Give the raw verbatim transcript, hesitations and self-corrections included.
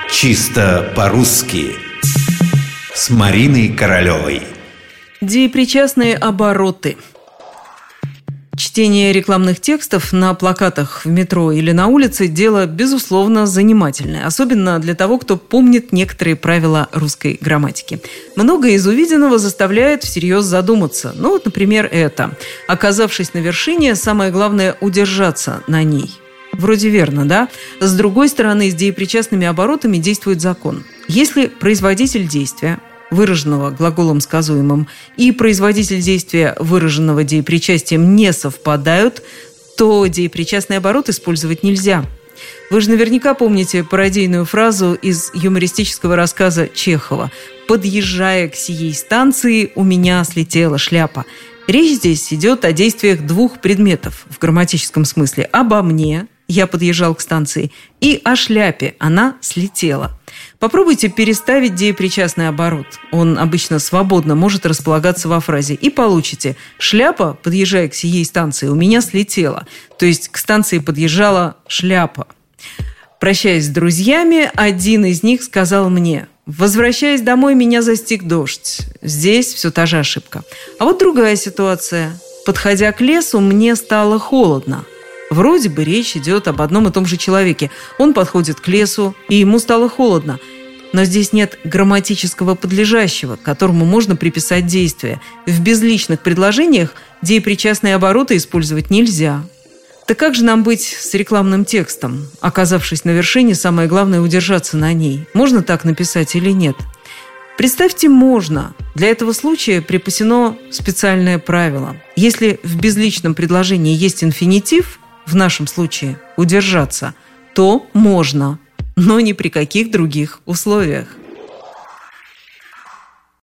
Чисто по-русски с Мариной Королевой. Деепричастные обороты. Чтение рекламных текстов на плакатах в метро или на улице – дело, безусловно, занимательное. Особенно для того, кто помнит некоторые правила русской грамматики. Многое из увиденного заставляет всерьез задуматься. Ну вот, например, это. Оказавшись на вершине, самое главное – удержаться на ней. Вроде верно, да? С другой стороны, с деепричастными оборотами действует закон. Если производитель действия, выраженного глаголом сказуемым, и производитель действия, выраженного деепричастием, не совпадают, то деепричастный оборот использовать нельзя. Вы же наверняка помните пародийную фразу из юмористического рассказа Чехова «Подъезжая к сией станции, у меня слетела шляпа». Речь здесь идет о действиях двух предметов в грамматическом смысле. Обо мне, я подъезжал к станции, и о шляпе, она слетела. Попробуйте переставить деепричастный оборот. Он обычно свободно может располагаться во фразе. И получите: шляпа, подъезжая к сией станции, у меня слетела. То есть к станции подъезжала шляпа. Прощаясь с друзьями, один из них сказал мне: «Возвращаясь домой, меня застиг дождь». Здесь все та же ошибка. А вот другая ситуация. Подходя к лесу, мне стало холодно. Вроде бы речь идет об одном и том же человеке. Он подходит к лесу, и ему стало холодно. Но здесь нет грамматического подлежащего, к которому можно приписать действие. В безличных предложениях деепричастные обороты использовать нельзя. Так как же нам быть с рекламным текстом? Оказавшись на вершине, самое главное – удержаться на ней. Можно так написать или нет? Представьте, можно. Для этого случая припасено специальное правило. Если в безличном предложении есть инфинитив, в нашем случае «удержаться», то можно, но ни при каких других условиях.